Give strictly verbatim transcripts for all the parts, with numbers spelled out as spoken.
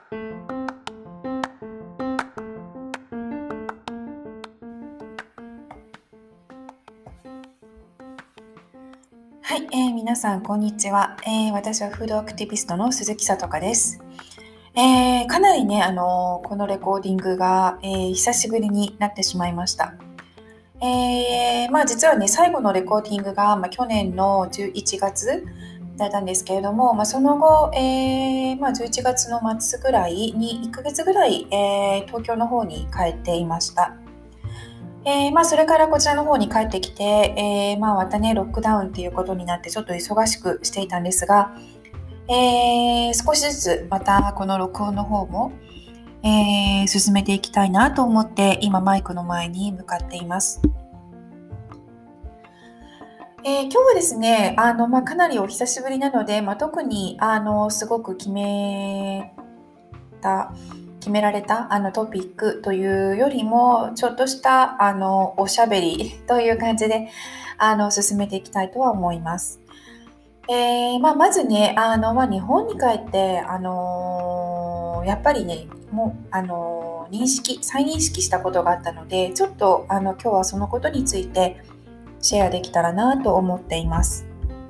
はい、えー皆さんこんにちは、えー私はフードアクティビストの鈴木さとかです。えーかなりね、あのーこのレコーディングが、えー久しぶりになってしまいました。えーまあ実はね、最後のレコーディングが、まあ、去年のじゅういちがつだったんですけれども、まあ、その後、えーまあ、じゅういちがつの末ぐらいにいっかげつぐらい、えー東京の方に帰っていました。えーまあ、それからこちらの方に帰ってきて、えーまあ、またね、ロックダウンっていうことになってちょっと忙しくしていたんですが、えー少しずつまたこの録音の方も、えー進めていきたいなと思って今マイクの前に向かっています。えー今日はですね、あの、まあ、かなりお久しぶりなので、まあ、特にあのすごく決めた決められたあのトピックというよりも、ちょっとしたあのおしゃべりという感じであの進めていきたいとは思います。えーまあ、まずね、あの、まあ、日本に帰って、あのーやっぱりね、もう、あのー認識、再認識したことがあったので、ちょっとあの今日はそのことについてシェアできたらなと思っています。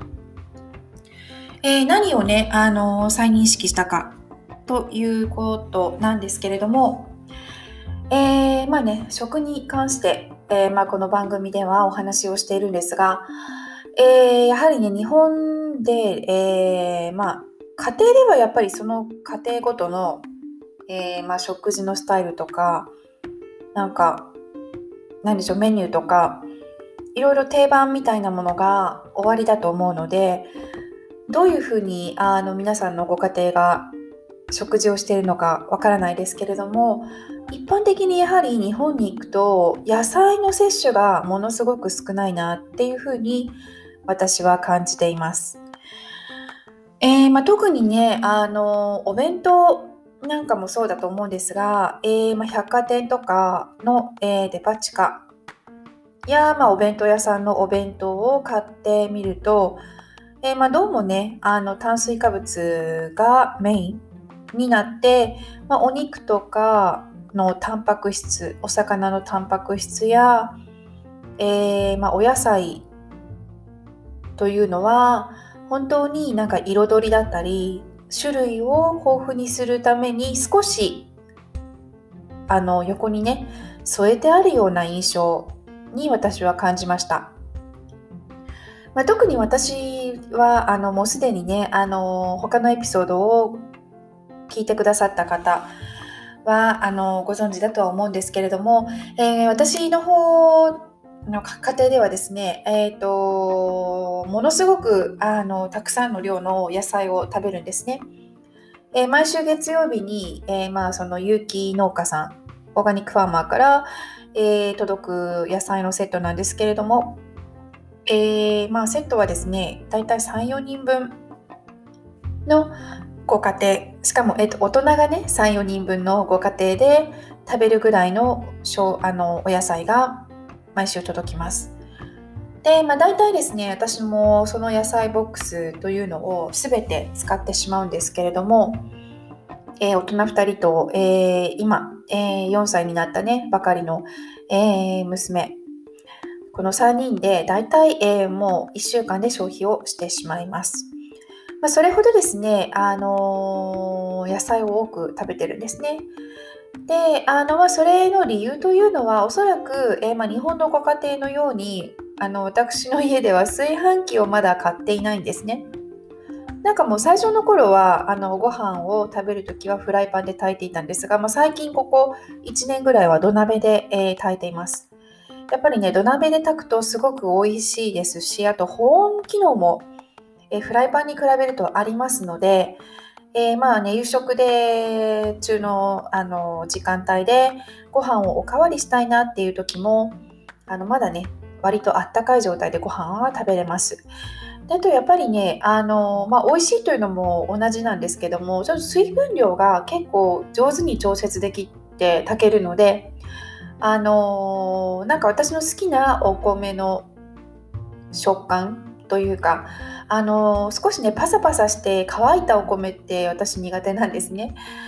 えー何をね、あのー再認識したかということなんですけれども、えーまあね、食に関して、えーまあ、この番組ではお話をしているんですが、えーやはりね、日本で、えーまあ、家庭ではやっぱりその家庭ごとの、えーまあ、食事のスタイルとか、なんか、なんでしょう、メニューとか、いろいろ定番みたいなものが終わりだと思うので、どういうふうにあの皆さんのご家庭が食事をしているのかわからないですけれども、一般的にやはり日本に行くと野菜の摂取がものすごく少ないなっていうふうに私は感じています。えーまあ、特にね、あのお弁当なんかもそうだと思うんですが、えーまあ、百貨店とかの、えーデパ地下や、まあ、お弁当屋さんのお弁当を買ってみると、えーまあ、どうもね、あの炭水化物がメインになって、まあ、お肉とかのタンパク質、お魚のタンパク質や、えーまあ、お野菜というのは本当になんか彩りだったり種類を豊富にするために少しあの横にね添えてあるような印象に私は感じました。まあ、特に私はあのもうすでにねあの他のエピソードを聞いてくださった方はあのご存知だとは思うんですけれども、えー私の方の家庭ではですね、えーとものすごくあのたくさんの量の野菜を食べるんですね。えー毎週月曜日に、えーまあ、その有機農家さん、オーガニックファーマーから、えー届く野菜のセットなんですけれども、えーまあ、セットはですね、だいたいさん、よにんぶんのご家庭、しかも、えーと、大人がね、さん、よにんぶんのご家庭で食べるぐらいのあのお野菜が毎週届きます。で、まあ、大体ですね、私もその野菜ボックスというのを全て使ってしまうんですけれども、えー大人ふたりと、えー今、えーよんさいになったね、ばかりの、えー娘、このさんにんで大体、えーもういっしゅうかんで消費をしてしまいます。まあ、それほどですね、あのー野菜を多く食べてるんですね。で、あの、まあ、それの理由というのは、おそらく、えーまあ、日本のご家庭のように、あの、私の家では炊飯器をまだ買っていないんですね。なんかもう最初の頃は、あの、ご飯を食べるときはフライパンで炊いていたんですが、まあ、最近ここいちねんぐらいは土鍋で、えー炊いています。やっぱりね、土鍋で炊くとすごく美味しいですし、あと保温機能も、えーフライパンに比べるとありますので、えーまあね、夕食で中の、あの時間帯でご飯をおかわりしたいなっていう時も、あのまだね、割とあったかい状態でご飯は食べれます。であとやっぱりね、あのまあ、美味しいというのも同じなんですけども、ちょっと水分量が結構上手に調節できて炊けるので、あのなんか私の好きなお米の食感というか、あの少しねパサパサして乾いたお米って私苦手なんですね。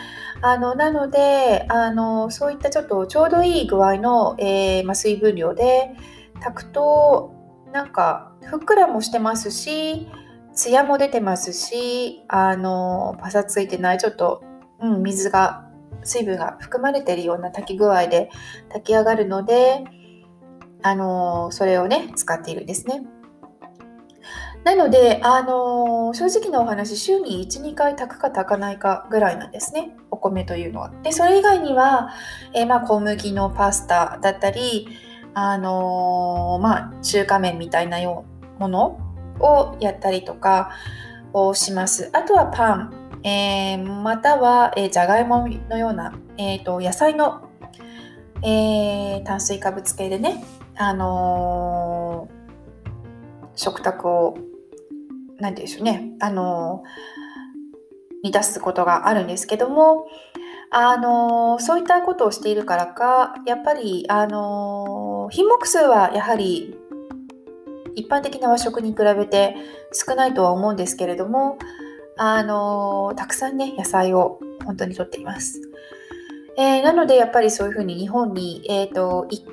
あのなのであのそういったちょっとちょうどいい具合の、えーまあ、水分量で炊くとなんかふっくらもしてますし、ツヤも出てますし、あのパサついてない、ちょっと、うん、水が水分が含まれているような炊き具合で炊き上がるので、あのそれをね使っているんですね。なので、あの正直なお話、週にいち、にかい炊くか炊かないかぐらいなんですね、お米というのは。で、それ以外には、えーまあ、小麦のパスタだったり、あのまあ、中華麺みたいなようものをやったりとかをします。あとはパン、えーまたは、えー、じゃがいものような、えーと、野菜の、えー炭水化物系でね、あのー食卓をなんて言うんでしょうね、あの満たすことがあるんですけども、あのそういったことをしているからか、やっぱりあの品目数はやはり一般的な和食に比べて少ないとは思うんですけれども、あのたくさんね野菜を本当にとっています。えーなのでやっぱりそういうふうに日本に、えーと行って、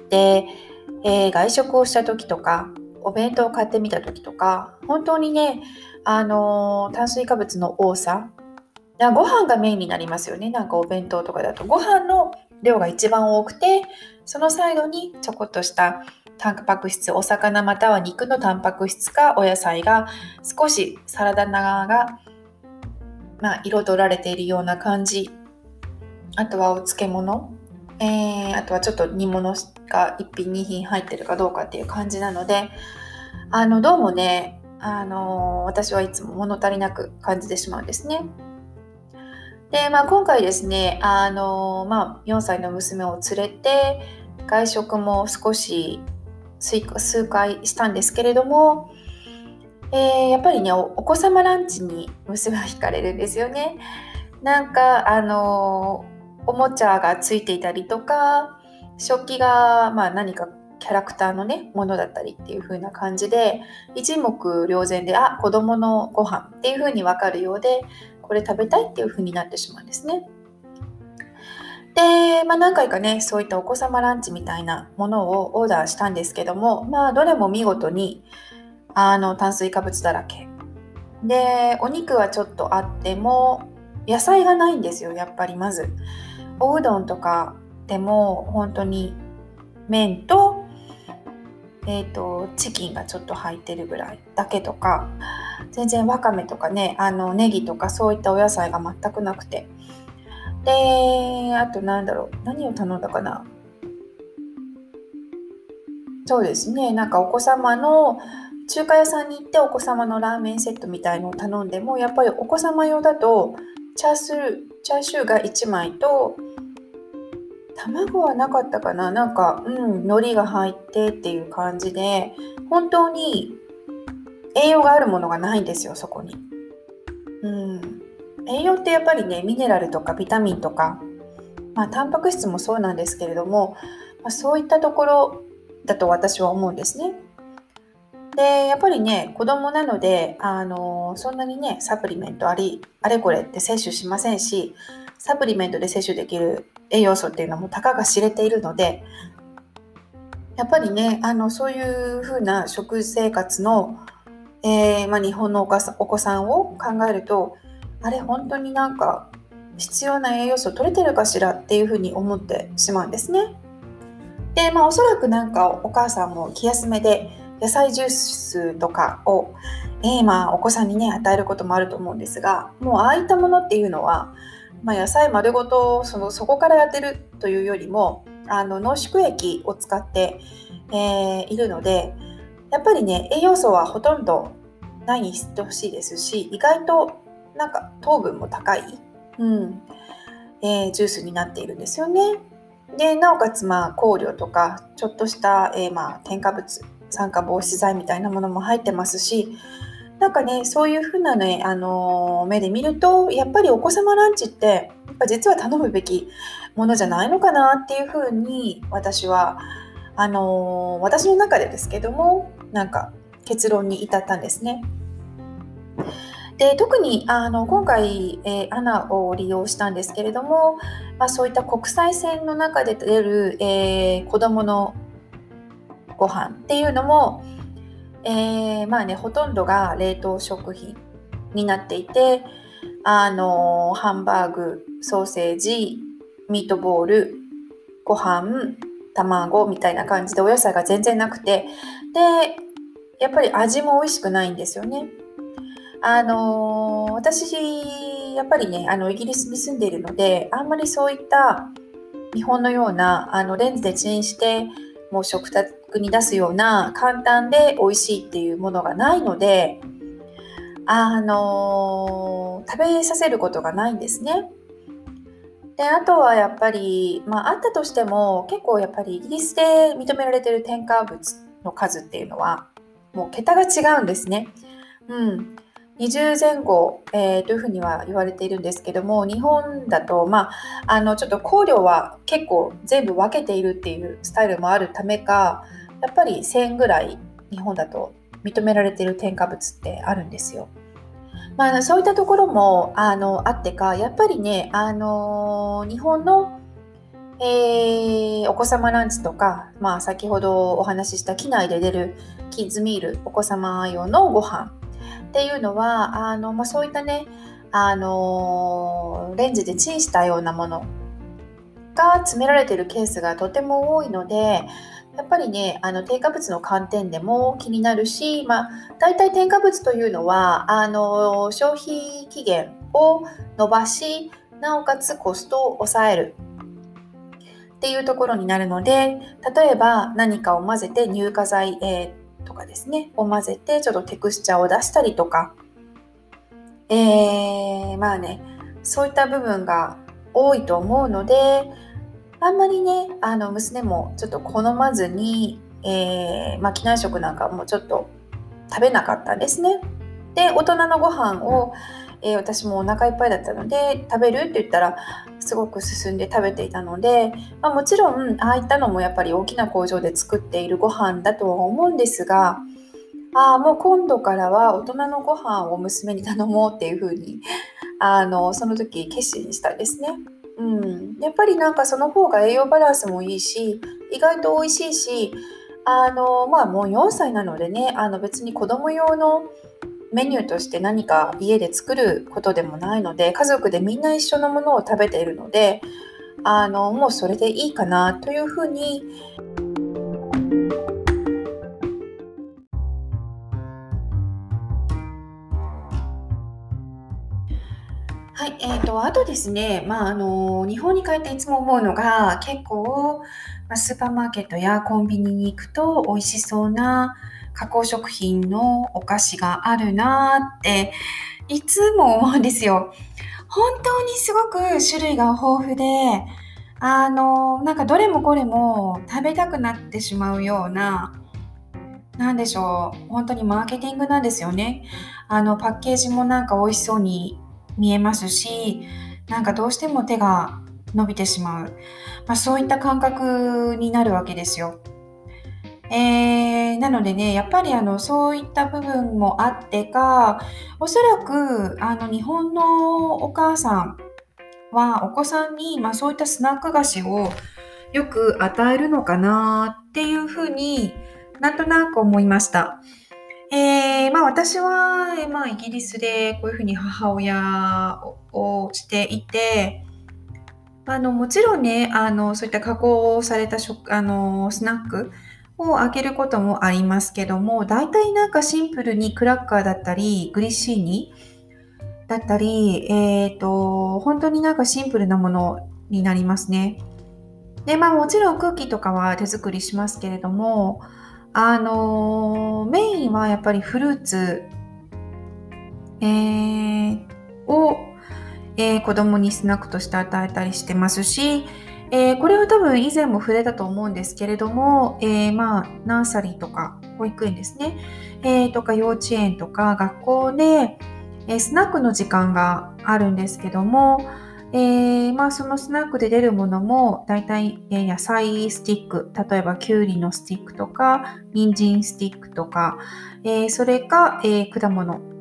えー外食をした時とか、お弁当を買ってみた時とか、本当にね、あの炭水化物の多さ、なご飯がメインになりますよね。なんかお弁当とかだとご飯の量が一番多くて、その最後にちょこっとしたタンパク質、お魚または肉のタンパク質かお野菜が少しサラダ菜が、まあ、彩られているような感じ。あとはお漬物、えー、あとはちょっと煮物がいっ品に品入ってるかどうかっていう感じなので、あのどうもね、あの私はいつも物足りなく感じてしまうんですね。で、まあ、今回ですね、あのまあ、よんさいの娘を連れて外食も少し数回したんですけれども、えー、やっぱりね お, お子様ランチに娘は惹かれるんですよね。なんかあのおもちゃがついていたりとか、食器が、まあ、何かキャラクターのねものだったりっていう風な感じで、一目瞭然で、あ、子供のご飯っていう風に分かるようで、これ食べたいっていう風になってしまうんですね。で、まあ、何回かねそういったお子様ランチみたいなものをオーダーしたんですけども、まあどれも見事にあの炭水化物だらけで、お肉はちょっとあっても野菜がないんですよ。やっぱりまずおうどんとかでも本当に麺と、えーと、チキンがちょっと入ってるぐらいだけとか、全然わかめとかね、あのネギとかそういったお野菜が全くなくて、で、あとなんだろう、何を頼んだかな。そうですね、なんかお子様の中華屋さんに行ってお子様のラーメンセットみたいのを頼んでも、やっぱりお子様用だとチャーシュー、チャーシューがいちまいと、卵はなかったかな、なんか、うん、海苔が入ってっていう感じで、本当に栄養があるものがないんですよ、そこに。うん、栄養ってやっぱりね、ミネラルとかビタミンとか、まあ、タンパク質もそうなんですけれども、まあ、そういったところだと私は思うんですね。で、やっぱりね、子供なので、あのそんなにね、サプリメントあり、あれこれって摂取しませんし、サプリメントで摂取できる栄養素っていうのもたかが知れているので、やっぱりね、あのそういう風な食生活の、えーまあ、日本のおかさお子さんを考えると、あれ本当になんか必要な栄養素取れてるかしらっていう風に思ってしまうんですね。で、まあ、おそらくなんかお母さんも気休めで野菜ジュースとかを、えー、まあお子さんにね与えることもあると思うんですが、もうああいったものっていうのは、まあ、野菜丸ごとそのそこからやってるというよりも、あの濃縮液を使って、えー、いるので、やっぱりね栄養素はほとんどないにしてほしいですし、意外となんか糖分も高い、うんえー、ジュースになっているんですよね。でなおかつ、まあ、香料とかちょっとした、えーまあ、添加物、酸化防止剤みたいなものも入ってますし、なんかねそういう風なね、あのー目で見ると、やっぱりお子様ランチってやっぱ実は頼むべきものじゃないのかなっていう風に私はあのー私の中でですけども、なんか結論に至ったんですね。 で特にあの今回、えー、アナを利用したんですけれども、まあ、そういった国際線の中で出る、えー、子どものご飯っていうのも、えー、まあねほとんどが冷凍食品になっていて、あのハンバーグ、ソーセージ、ミートボール、ご飯、卵みたいな感じでお野菜が全然なくて、でやっぱり味も美味しくないんですよね。あの私やっぱりねあのイギリスに住んでいるので、あんまりそういった日本のようなあのレンジでチンしてもう食卓に出すような簡単で美味しいっていうものがないので、あの食べさせることがないんですね。であとはやっぱり、まあ、あったとしても結構やっぱりイギリスで認められている添加物の数っていうのはもう桁が違うんですね。うん、にじゅう前後、えー、というふうには言われているんですけども、日本だと、まあ、あのちょっと香料は結構全部分けているっていうスタイルもあるためか、やっぱりせんぐらい日本だと認められている添加物ってあるんですよ。まあ、そういったところもあのあってか、やっぱりね、あの日本の、えーお子様ランチとか、まあ、先ほどお話しした機内で出るキッズミール、お子様用のご飯っていうのはあの、まあ、そういったね、あのレンジでチンしたようなものが詰められているケースがとても多いので、やっぱりねあの添加物の観点でも気になるし、まあ、大体添加物というのはあの消費期限を伸ばし、なおかつコストを抑えるっていうところになるので、例えば何かを混ぜて乳化剤、えー、とかですねを混ぜてちょっとテクスチャーを出したりとか、えー、まあねそういった部分が多いと思うので、あんまりねあの娘もちょっと好まずに、えーまあ、機内食なんかもちょっと食べなかったんですね。で大人のご飯を、えー、私もお腹いっぱいだったので食べるって言ったらすごく進んで食べていたので、まあ、もちろんああいったのもやっぱり大きな工場で作っているご飯だとは思うんですが、あもう今度からは大人のご飯を娘に頼もうっていう風にあのその時決心したんですね。うん、やっぱりなんかその方が栄養バランスもいいし、意外と美味しいし、あのまあもうよんさいなのでね、あの別に子供用のメニューとして何か家で作ることでもないので、家族でみんな一緒のものを食べているので、あのもうそれでいいかなというふうに、はい、えーと、あとですね、まあ、あの日本に帰っていつも思うのが、結構、まあ、スーパーマーケットやコンビニに行くと美味しそうな加工食品のお菓子があるなっていつも思うんですよ。本当にすごく種類が豊富で、あのなんかどれもこれも食べたくなってしまうような、なんでしょう、本当にマーケティングなんですよね。あのパッケージもなんか美味しそうに見えますし、なんかどうしても手が伸びてしまう、まあ、そういった感覚になるわけですよ。えー、なのでね、やっぱりあのそういった部分もあってか、おそらくあの日本のお母さんはお子さんに、まあ、そういったスナック菓子をよく与えるのかなっていうふうになんとなく思いました。えーまあ、私は、えーまあ、イギリスでこういうふうに母親ををしていて、あのもちろんねあのそういった加工された食あのスナックをあげることもありますけども、大体なんかシンプルにクラッカーだったりグリッシーニだったり、えーと本当になんかシンプルなものになりますね。で、まあ、もちろんクッキーとかは手作りしますけれども、あのメインはやっぱりフルーツ、えーを、えー子供にスナックとして与えたりしてますし、えーこれは多分以前も触れたと思うんですけれども、えーまあ、ナーサリーとか保育園ですね、えーとか幼稚園とか学校で、えースナックの時間があるんですけども、えーまあ、そのスナックで出るものもだいたい、えー野菜スティック、例えばきゅうりのスティックとか人参スティックとか、えーそれか、えー果物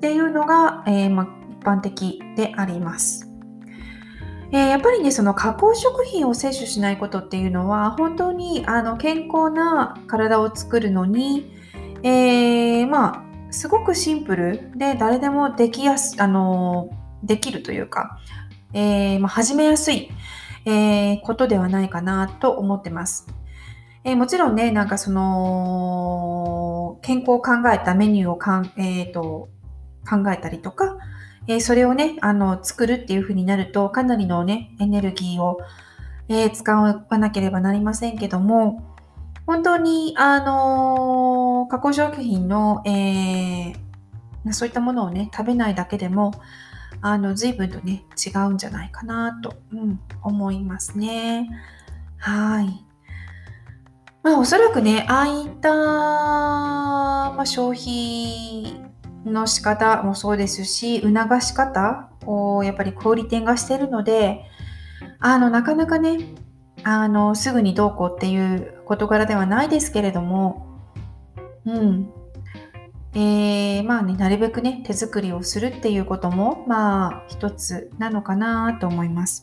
っていうのが、えーまあ、一般的であります。えーやっぱりね、その加工食品を摂取しないことっていうのは、本当にあの健康な体を作るのに、えーまあ、すごくシンプルで誰でもできやす、あのできるというか、えーまあ、始めやすい、えーことではないかなと思ってます。えーもちろんね、なんかその、健康を考えたメニューをかん、えーと、考えたりとか、えーそれをね、あの、作るっていう風になると、かなりのね、エネルギーを、えー使わなければなりませんけども、本当に、あのー加工食品の、えーそういったものをね、食べないだけでも、あの、随分とね、違うんじゃないかなと、うん、思いますね。はい。まあ、おそらくね、ああいった、まあ、消費の仕方もそうですし、促し方をやっぱり小売店がしているので、あの、なかなかね、あの、すぐにどうこうっていう事柄ではないですけれども、うん。えー、まあね、なるべくね、手作りをするっていうことも、まあ、一つなのかなと思います。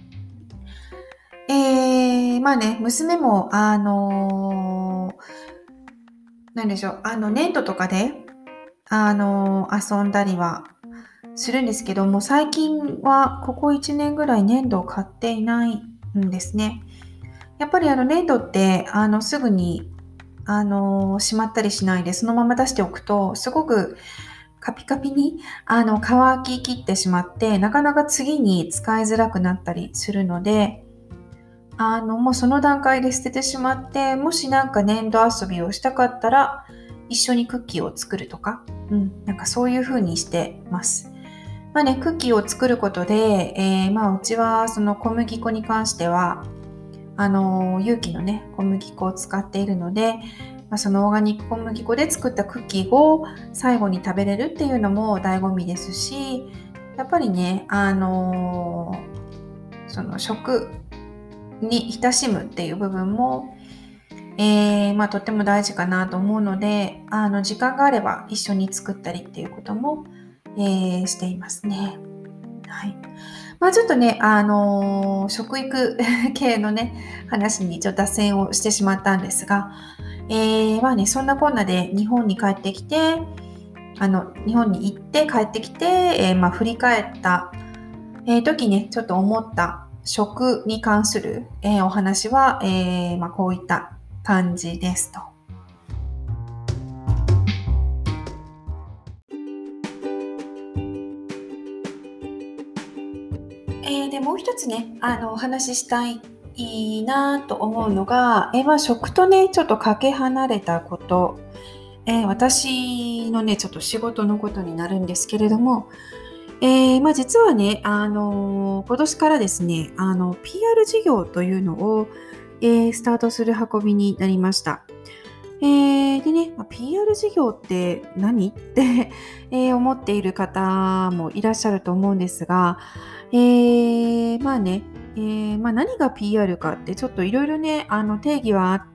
えー、まあね、娘も、あのーなんでしょう、あの、粘土とかで、あのー遊んだりはするんですけども、最近はここいちねんぐらい粘土を買っていないんですね。やっぱりあの粘土って、あの、すぐに、あのーしまったりしないで、そのまま出しておくと、すごくカピカピに、あの、乾ききってしまって、なかなか次に使いづらくなったりするので、あの、もうその段階で捨ててしまって、もしなんか粘土遊びをしたかったら、一緒にクッキーを作るとか、うん、なんかそういう風にしてます。まあね、クッキーを作ることで、えー、まあうちはその小麦粉に関しては、あの、有機のね、小麦粉を使っているので、まあ、そのオーガニック小麦粉で作ったクッキーを最後に食べれるっていうのも醍醐味ですし、やっぱりね、あのその食に親しむっていう部分も、えーまあ、とっても大事かなと思うので、あの時間があれば一緒に作ったりっていうことも、えーしていますね。はい。まあちょっとね、あのー食育系のね、話にちょっと脱線をしてしまったんですが、えー、まあね、そんなこんなで日本に帰ってきて、あの、日本に行って帰ってきて、えーまあ振り返った、えー時ね、ちょっと思った食に関する、えーお話は、えーまあこういった感じですと。えーで、もう一つね、あの、お話ししたいいいなと思うのが、えーまあ、食とね、ちょっとかけ離れたこと、えー私のね、ちょっと仕事のことになるんですけれども、えーまあ、実はね、あのー今年からですね、あの、ピーアール 事業というのを、えースタートする運びになりました。えーでね、まあ ピーアール 事業って何って、えー思っている方もいらっしゃると思うんですが、えーまあね、えーまあ、何が ピーアール かってちょっといろいろね、あの定義はあって、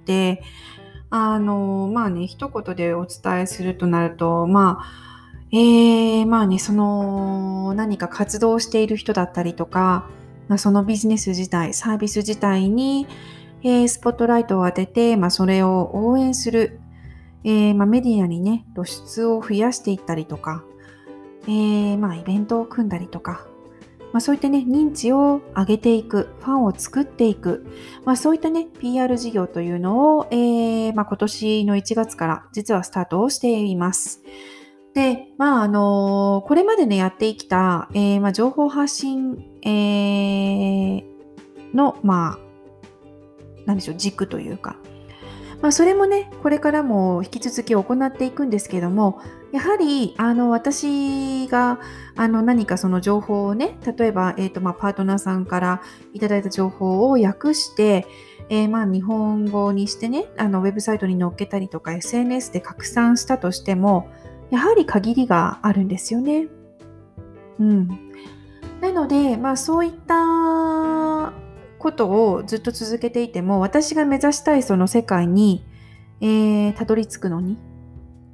あの、まあね、一言でお伝えするとなると、まあ、えーまあね、その何か活動している人だったりとか、まあ、そのビジネス自体、サービス自体に、えースポットライトを当てて、まあ、それを応援する、えーまあ、メディアにね、露出を増やしていったりとか、えーまあ、イベントを組んだりとか、まあ、そういったね、認知を上げていく、ファンを作っていく、まあ、そういったね、ピーアール 事業というのを、えーまあ、今年のいちがつから実はスタートをしています。で、まあ、あのこれまでね、やってきた、えーまあ、情報発信、えーの、まあ、なんでしょう、軸というか、まあ、それもね、これからも引き続き行っていくんですけども、やはり、あの、私が、あの、何かその情報をね、例えば、えっと、まあ、パートナーさんからいただいた情報を訳して、えーまあ、日本語にしてね、あの、ウェブサイトに載っけたりとか、エスエヌエス で拡散したとしても、やはり限りがあるんですよね。うん。なので、まあ、そういったことをずっと続けていても、私が目指したいその世界に、えーたどり着くのに、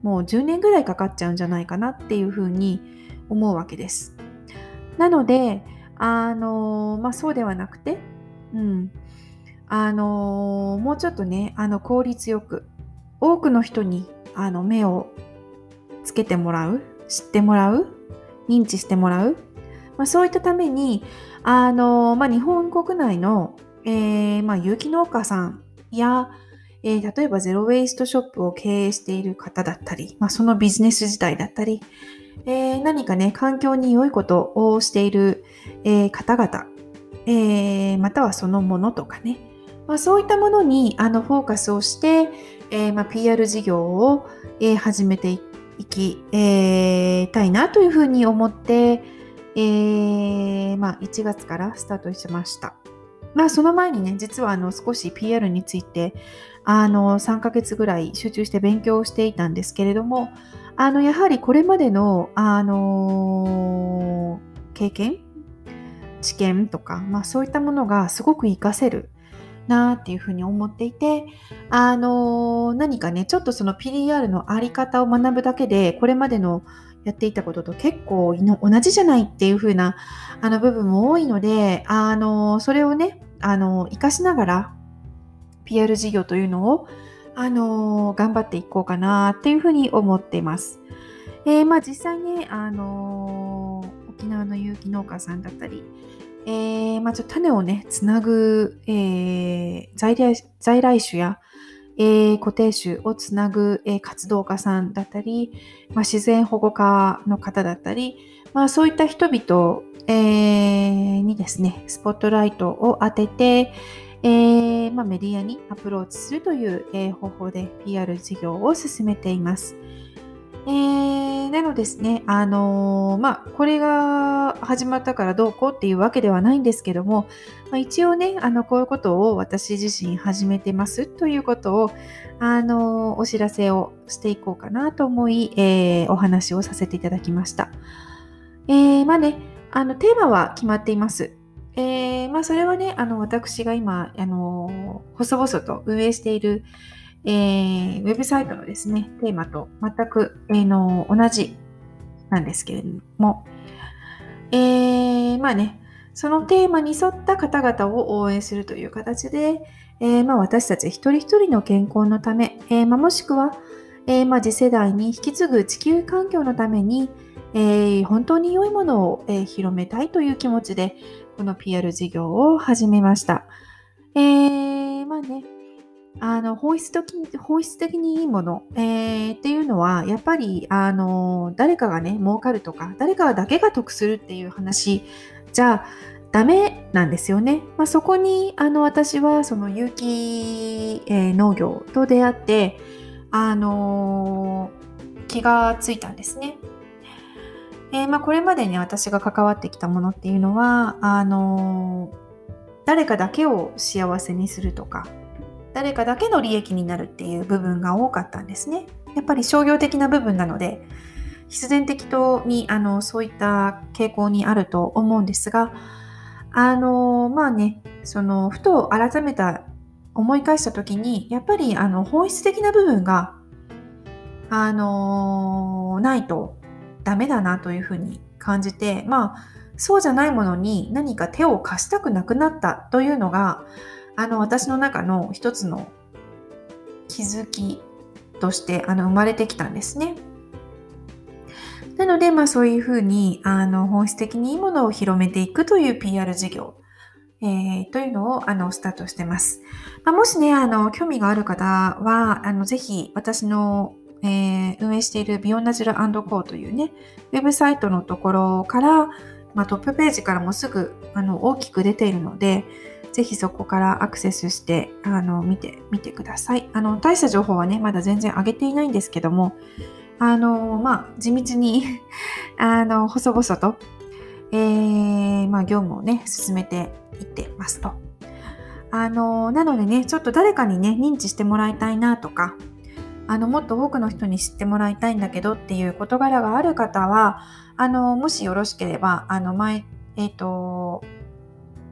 もうじゅうねんぐらいかかっちゃうんじゃないかなっていうふうに思うわけです。なので、あのまあ、そうではなくて、うん、あのもうちょっとね、あの効率よく多くの人にあの目をつけてもらう、知ってもらう、認知してもらう、まあ、そういったために、あのまあ、日本国内の、えーまあ、有機農家さんや、えー例えばゼロウェイストショップを経営している方だったり、まあ、そのビジネス自体だったり、えー何かね、環境に良いことをしている、えー方々、えーまたはそのものとかね、まあ、そういったものにあのフォーカスをして、えーまあ、ピーアール 事業を、えー始めていき、えーたいなというふうに思って、えーまあ、いちがつからスタートしました。まあ、その前にね、実はあの少し ピーアール についてあのさんかげつぐらい集中して勉強していたんですけれども、あのやはりこれまでの、あの経験、知見とか、まあ、そういったものがすごく活かせるなっていうふうに思っていて、あの何かね、ちょっとその ピーアール のあり方を学ぶだけで、これまでのやっていたことと結構の同じじゃないっていう風なあの部分も多いので、あのそれをね、あの活かしながら ピーアール 事業というのをあの頑張っていこうかなっていうふうに思っています。えーまあ、実際ね、あの沖縄の有機農家さんだったり、えーまあ、ちょっと種をね、つなぐ、えー在来在来種や、えー固定種をつなぐ、えー活動家さんだったり、まあ、自然保護家の方だったり、まあ、そういった人々、えーにですね、スポットライトを当てて、えーまあ、メディアにアプローチするという、えー方法で ピーアール 事業を進めています。えー、なのですね、あのーまあ、これが始まったからどうこうっていうわけではないんですけども、まあ、一応ね、あの、こういうことを私自身始めてますということを、あのーお知らせをしていこうかなと思い、えーお話をさせていただきました。えー、まあね、あの、テーマは決まっています。えー、まあ、それはね、あの、私が今、あのー細々と運営している、えー、ウェブサイトのですね、テーマと全く、えーの同じなんですけれども、えー、まあね、そのテーマに沿った方々を応援するという形で、えーまあ、私たち一人一人の健康のため、えーまあ、もしくは、えーまあ、次世代に引き継ぐ地球環境のために、えー本当に良いものを、えー広めたいという気持ちで、この ピーアール 事業を始めました。えー、まあね、あの本質的に本質的にいいもの、えーっていうのはやっぱりあの誰かがね儲かるとか誰かだけが得するっていう話じゃダメなんですよね。まあ、そこにあの私はその有機、えー農業と出会ってあの気がついたんですね。えーまあ、これまでね私が関わってきたものっていうのはあの誰かだけを幸せにするとか誰かだけの利益になるっていう部分が多かったんですね。やっぱり商業的な部分なので、必然的とにあのそういった傾向にあると思うんですが、あのまあね、そのふと改めた思い返した時に、やっぱりあの本質的な部分があのないとダメだなというふうに感じて、まあそうじゃないものに何か手を貸したくなくなったというのが、あの私の中の一つの気づきとしてあの生まれてきたんですね。なので、まあ、そういうふうにあの本質的にいいものを広めていくという ピーアール 事業、えーというのをあのスタートしてます。まあ、もしねあの興味がある方はあのぜひ私の、えー運営している Beyond Natural コー というねウェブサイトのところから、まあ、トップページからもすぐあの大きく出ているので、ぜひそこからアクセスしてあの見てみてください。あの大した情報はねまだ全然上げていないんですけども、あのまあ地道にあの細々と、えーまあ、業務をね進めていってますと。あのなのでね、ちょっと誰かにね認知してもらいたいなとか、あのもっと多くの人に知ってもらいたいんだけどっていう事柄がある方は、あのもしよろしければあの前えっ、と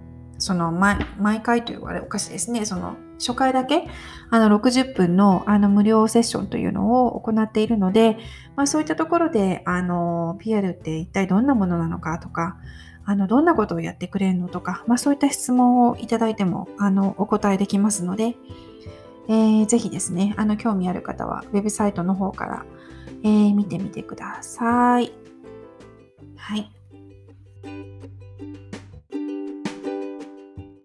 その毎毎回というあれおかしいですね。その初回だけあのろくじゅっぷんのあの無料セッションというのを行っているので、まあ、そういったところであの ピーアール って一体どんなものなのかとか、あのどんなことをやってくれるのとか、まあ、そういった質問をいただいてもあのお答えできますので、えー、ぜひですね、あの興味ある方はウェブサイトの方から、えー見てみてください。はい。